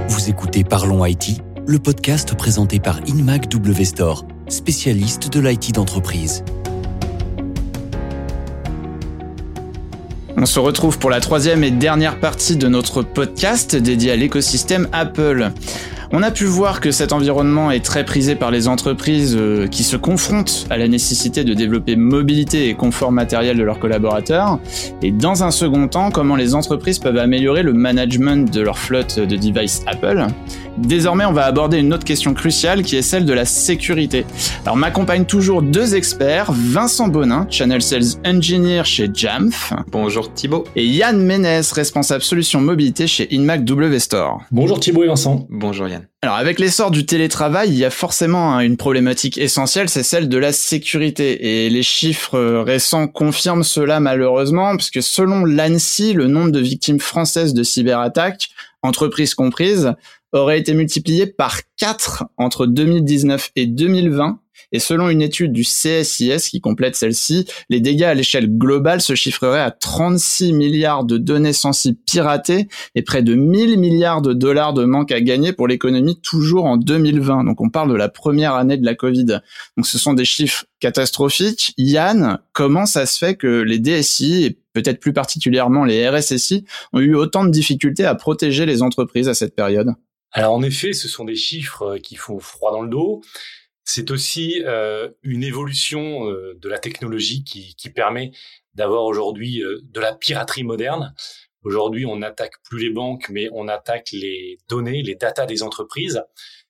Vous écoutez Parlons IT, le podcast présenté par Inmac W Store, spécialiste de l'IT d'entreprise. On se retrouve pour la troisième et dernière partie de notre podcast dédié à l'écosystème Apple. On a pu voir que cet environnement est très prisé par les entreprises qui se confrontent à la nécessité de développer mobilité et confort matériel de leurs collaborateurs. Et dans un second temps, comment les entreprises peuvent améliorer le management de leur flotte de devices Apple. Désormais, on va aborder une autre question cruciale qui est celle de la sécurité. Alors, m'accompagnent toujours deux experts, Vincent Bonin, Channel Sales Engineer chez Jamf. Bonjour Thibaut. Et Yann Ménès, responsable solution mobilité chez Inmac W Store. Bonjour Thibaut et Vincent. Bonjour Yann. Alors, avec l'essor du télétravail, il y a forcément une problématique essentielle, c'est celle de la sécurité. Et les chiffres récents confirment cela malheureusement, puisque selon l'ANSSI, le nombre de victimes françaises de cyberattaques, entreprises comprises, aurait été multiplié par 4 entre 2019 et 2020. Et selon une étude du CSIS qui complète celle-ci, les dégâts à l'échelle globale se chiffreraient à 36 milliards de données sensibles piratées et près de 1000 milliards de dollars de manque à gagner pour l'économie toujours en 2020. Donc on parle de la première année de la Covid. Donc ce sont des chiffres catastrophiques. Yann, comment ça se fait que les DSI et peut-être plus particulièrement les RSSI ont eu autant de difficultés à protéger les entreprises à cette période ? Alors en effet, ce sont des chiffres qui font froid dans le dos. C'est aussi une évolution de la technologie qui permet d'avoir aujourd'hui de la piraterie moderne. Aujourd'hui, on n'attaque plus les banques, mais on attaque les données, les datas des entreprises.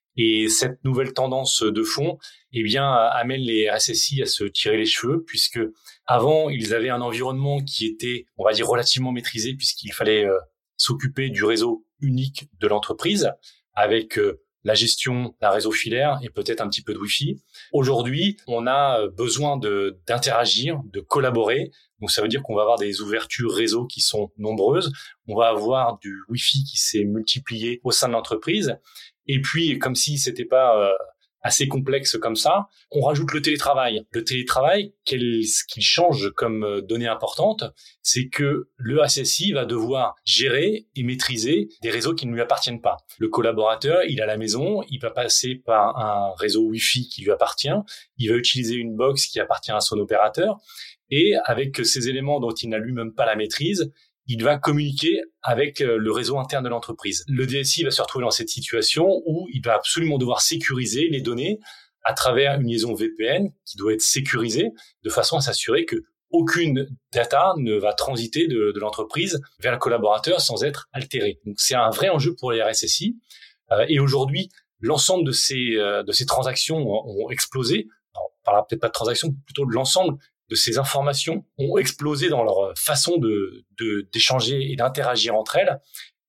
Et cette nouvelle tendance de fond, eh bien, amène les RSSI à se tirer les cheveux, puisque avant, ils avaient un environnement qui était, on va dire, relativement maîtrisé, puisqu'il fallait s'occuper du réseau unique de l'entreprise, avec la gestion d'un réseau filaire et peut-être un petit peu de Wi-Fi. Aujourd'hui, on a besoin d'interagir, de collaborer. Donc, ça veut dire qu'on va avoir des ouvertures réseau qui sont nombreuses. On va avoir du Wi-Fi qui s'est multiplié au sein de l'entreprise. Et puis, comme si c'était pas assez complexe comme ça, on rajoute le télétravail. Le télétravail, ce qu'il change comme donnée importante, c'est que le RSSI va devoir gérer et maîtriser des réseaux qui ne lui appartiennent pas. Le collaborateur, il est à la maison, il va passer par un réseau Wi-Fi qui lui appartient, il va utiliser une box qui appartient à son opérateur, et avec ces éléments dont il n'a lui-même pas la maîtrise, il va communiquer avec le réseau interne de l'entreprise. Le DSI va se retrouver dans cette situation où il va absolument devoir sécuriser les données à travers une liaison VPN qui doit être sécurisée de façon à s'assurer que aucune data ne va transiter de l'entreprise vers le collaborateur sans être altérée. Donc c'est un vrai enjeu pour les RSSI. Et aujourd'hui, l'ensemble de ces transactions ont explosé. Alors, on parlera peut-être pas de transactions, plutôt de l'ensemble de ces informations ont explosé dans leur façon d'échanger et d'interagir entre elles.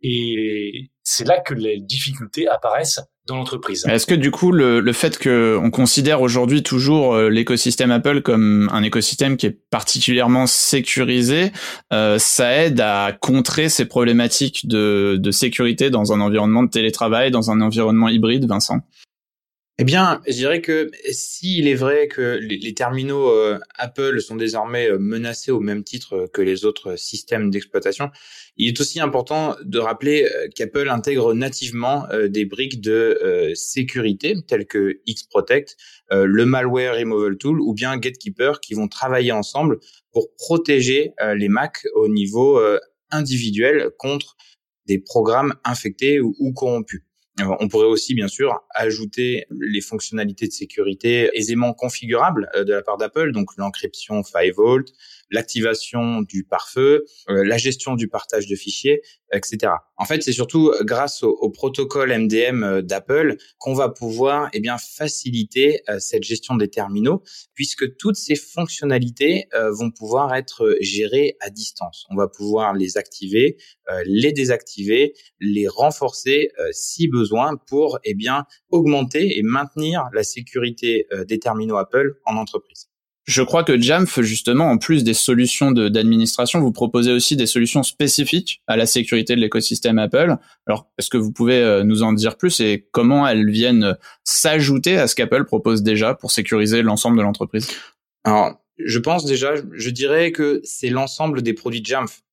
Et c'est là que les difficultés apparaissent dans l'entreprise. Est-ce que du coup, le fait qu'on considère aujourd'hui toujours l'écosystème Apple comme un écosystème qui est particulièrement sécurisé, ça aide à contrer ces problématiques de sécurité dans un environnement de télétravail, dans un environnement hybride, Vincent ? Eh bien, je dirais que s'il est vrai que les terminaux Apple sont désormais menacés au même titre que les autres systèmes d'exploitation, il est aussi important de rappeler qu'Apple intègre nativement des briques de sécurité telles que Xprotect, le Malware Removal Tool ou bien Gatekeeper qui vont travailler ensemble pour protéger les Mac au niveau individuel contre des programmes infectés ou corrompus. On pourrait aussi, bien sûr, ajouter les fonctionnalités de sécurité aisément configurables de la part d'Apple, donc l'encryption 5V, l'activation du pare-feu, la gestion du partage de fichiers, etc. En fait, c'est surtout grâce au protocole MDM d'Apple qu'on va pouvoir faciliter cette gestion des terminaux, puisque toutes ces fonctionnalités vont pouvoir être gérées à distance. On va pouvoir les activer, les désactiver, les renforcer si besoin pour augmenter et maintenir la sécurité des terminaux Apple en entreprise. Je crois que Jamf, justement, en plus des solutions d'administration, vous proposez aussi des solutions spécifiques à la sécurité de l'écosystème Apple. Alors, est-ce que vous pouvez nous en dire plus et comment elles viennent s'ajouter à ce qu'Apple propose déjà pour sécuriser l'ensemble de l'entreprise ? Alors, je dirais que c'est l'ensemble des produits Jamf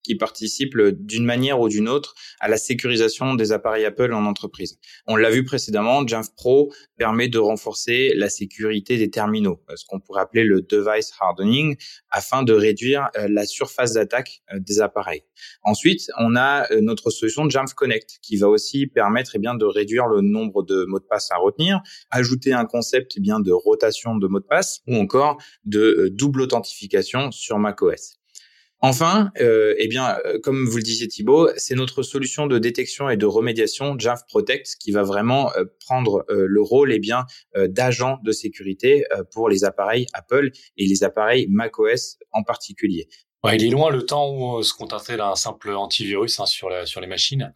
qui participent d'une manière ou d'une autre à la sécurisation des appareils Apple en entreprise. On l'a vu précédemment, Jamf Pro permet de renforcer la sécurité des terminaux, ce qu'on pourrait appeler le device hardening, afin de réduire la surface d'attaque des appareils. Ensuite, on a notre solution Jamf Connect qui va aussi permettre de réduire le nombre de mots de passe à retenir, ajouter un concept de rotation de mots de passe ou encore de double authentification sur macOS. Enfin, comme vous le disiez Thibaut, c'est notre solution de détection et de remédiation Jamf Protect qui va vraiment prendre le rôle d'agent de sécurité pour les appareils Apple et les appareils macOS en particulier. Ouais, il est loin le temps où on se contentait d'un simple antivirus sur les machines.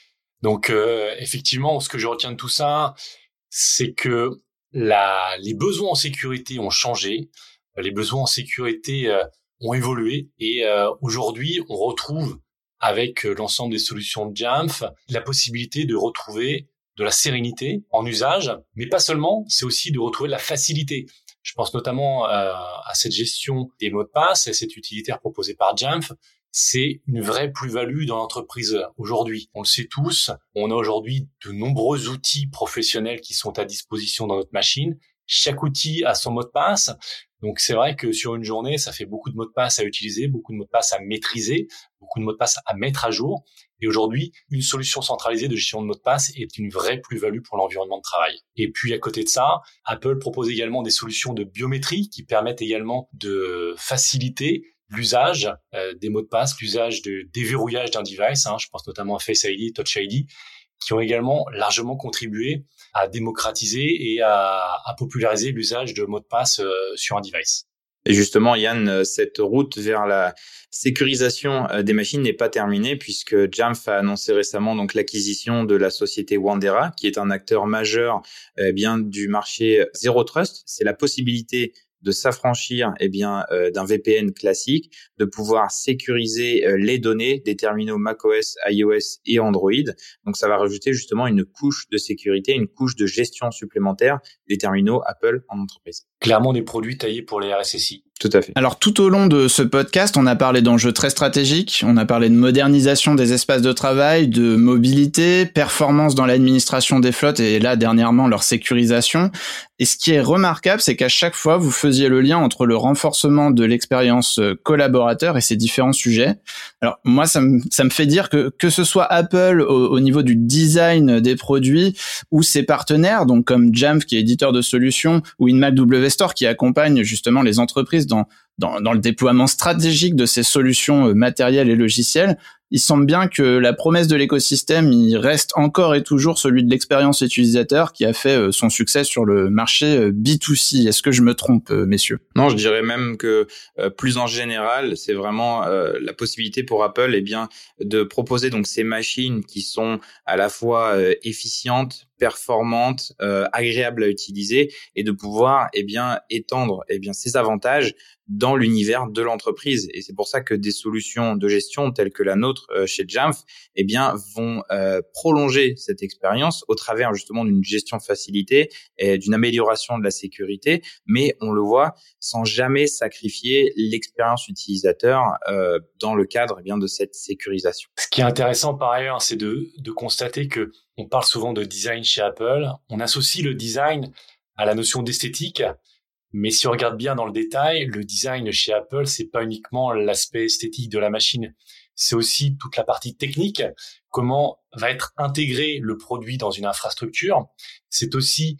Donc effectivement, ce que je retiens de tout ça, c'est que les besoins en sécurité ont changé, les besoins en sécurité ont évolué et aujourd'hui, on retrouve avec l'ensemble des solutions de Jamf la possibilité de retrouver de la sérénité en usage, mais pas seulement, c'est aussi de retrouver de la facilité. Je pense notamment à cette gestion des mots de passe et cet utilitaire proposé par Jamf. C'est une vraie plus-value dans l'entreprise aujourd'hui. On le sait tous, on a aujourd'hui de nombreux outils professionnels qui sont à disposition dans notre machine. Chaque outil a son mot de passe. Donc c'est vrai que sur une journée, ça fait beaucoup de mots de passe à utiliser, beaucoup de mots de passe à maîtriser, beaucoup de mots de passe à mettre à jour. Et aujourd'hui, une solution centralisée de gestion de mots de passe est une vraie plus-value pour l'environnement de travail. Et puis à côté de ça, Apple propose également des solutions de biométrie qui permettent également de faciliter l'usage des mots de passe, l'usage de déverrouillage d'un device. Je pense notamment à Face ID, Touch ID, qui ont également largement contribué à démocratiser et à populariser l'usage de mots de passe sur un device. Et justement, Yann, cette route vers la sécurisation des machines n'est pas terminée puisque Jamf a annoncé récemment l'acquisition de la société Wandera, qui est un acteur majeur du marché Zero Trust. C'est la possibilité de s'affranchir d'un VPN classique, de pouvoir sécuriser les données des terminaux macOS, iOS et Android. Donc ça va rajouter justement une couche de sécurité, une couche de gestion supplémentaire des terminaux Apple en entreprise. Clairement des produits taillés pour les RSSI. Tout à fait. Alors tout au long de ce podcast, on a parlé d'enjeux très stratégiques, on a parlé de modernisation des espaces de travail, de mobilité, performance dans l'administration des flottes et là dernièrement leur sécurisation. Et ce qui est remarquable, c'est qu'à chaque fois, vous faisiez le lien entre le renforcement de l'expérience collaborateur et ces différents sujets. Alors moi, ça me fait dire que ce soit Apple au niveau du design des produits ou ses partenaires, donc comme Jamf qui est éditeur de solutions ou InMac.WStore qui accompagne justement les entreprises dans le déploiement stratégique de ces solutions matérielles et logicielles, il semble bien que la promesse de l'écosystème, il reste encore et toujours celui de l'expérience utilisateur qui a fait son succès sur le marché B2C. Est-ce que je me trompe, messieurs? Non, je dirais même que plus en général, c'est vraiment la possibilité pour Apple de proposer ces machines qui sont à la fois efficientes, performantes, agréables à utiliser et de pouvoir étendre ces avantages dans l'univers de l'entreprise. Et c'est pour ça que des solutions de gestion telles que la nôtre chez Jamf vont prolonger cette expérience au travers justement d'une gestion facilitée et d'une amélioration de la sécurité, mais on le voit sans jamais sacrifier l'expérience utilisateur dans le cadre de cette sécurisation. Ce qui est intéressant par ailleurs, c'est de constater que on parle souvent de design chez Apple, on associe le design à la notion d'esthétique. Mais si on regarde bien dans le détail, le design chez Apple, c'est pas uniquement l'aspect esthétique de la machine. C'est aussi toute la partie technique. Comment va être intégré le produit dans une infrastructure. C'est aussi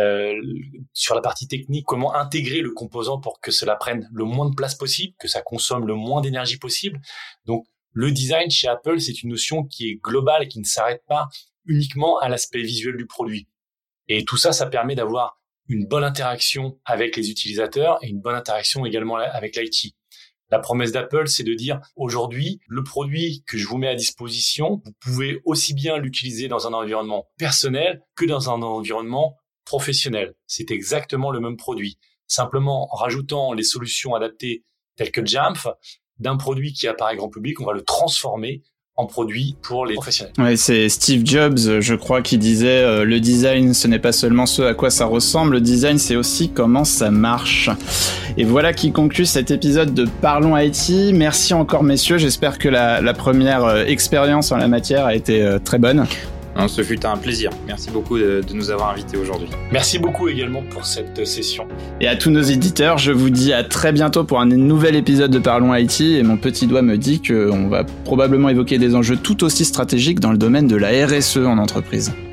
sur la partie technique, comment intégrer le composant pour que cela prenne le moins de place possible, que ça consomme le moins d'énergie possible. Donc, le design chez Apple, c'est une notion qui est globale et qui ne s'arrête pas uniquement à l'aspect visuel du produit. Et tout ça, ça permet d'avoir une bonne interaction avec les utilisateurs et une bonne interaction également avec l'IT. La promesse d'Apple, c'est de dire aujourd'hui, le produit que je vous mets à disposition, vous pouvez aussi bien l'utiliser dans un environnement personnel que dans un environnement professionnel. C'est exactement le même produit. Simplement, en rajoutant les solutions adaptées telles que Jamf, d'un produit qui apparaît grand public, on va le transformer en produit pour les professionnels. Ouais, c'est Steve Jobs, je crois, qui disait le design, ce n'est pas seulement ce à quoi ça ressemble, le design, c'est aussi comment ça marche. Et voilà qui conclut cet épisode de Parlons IT. Merci encore, messieurs. J'espère que la première expérience en la matière a été très bonne. Non, ce fut un plaisir. Merci beaucoup de nous avoir invités aujourd'hui. Merci beaucoup également pour cette session. Et à tous nos éditeurs, je vous dis à très bientôt pour un nouvel épisode de Parlons IT. Et mon petit doigt me dit qu'on va probablement évoquer des enjeux tout aussi stratégiques dans le domaine de la RSE en entreprise.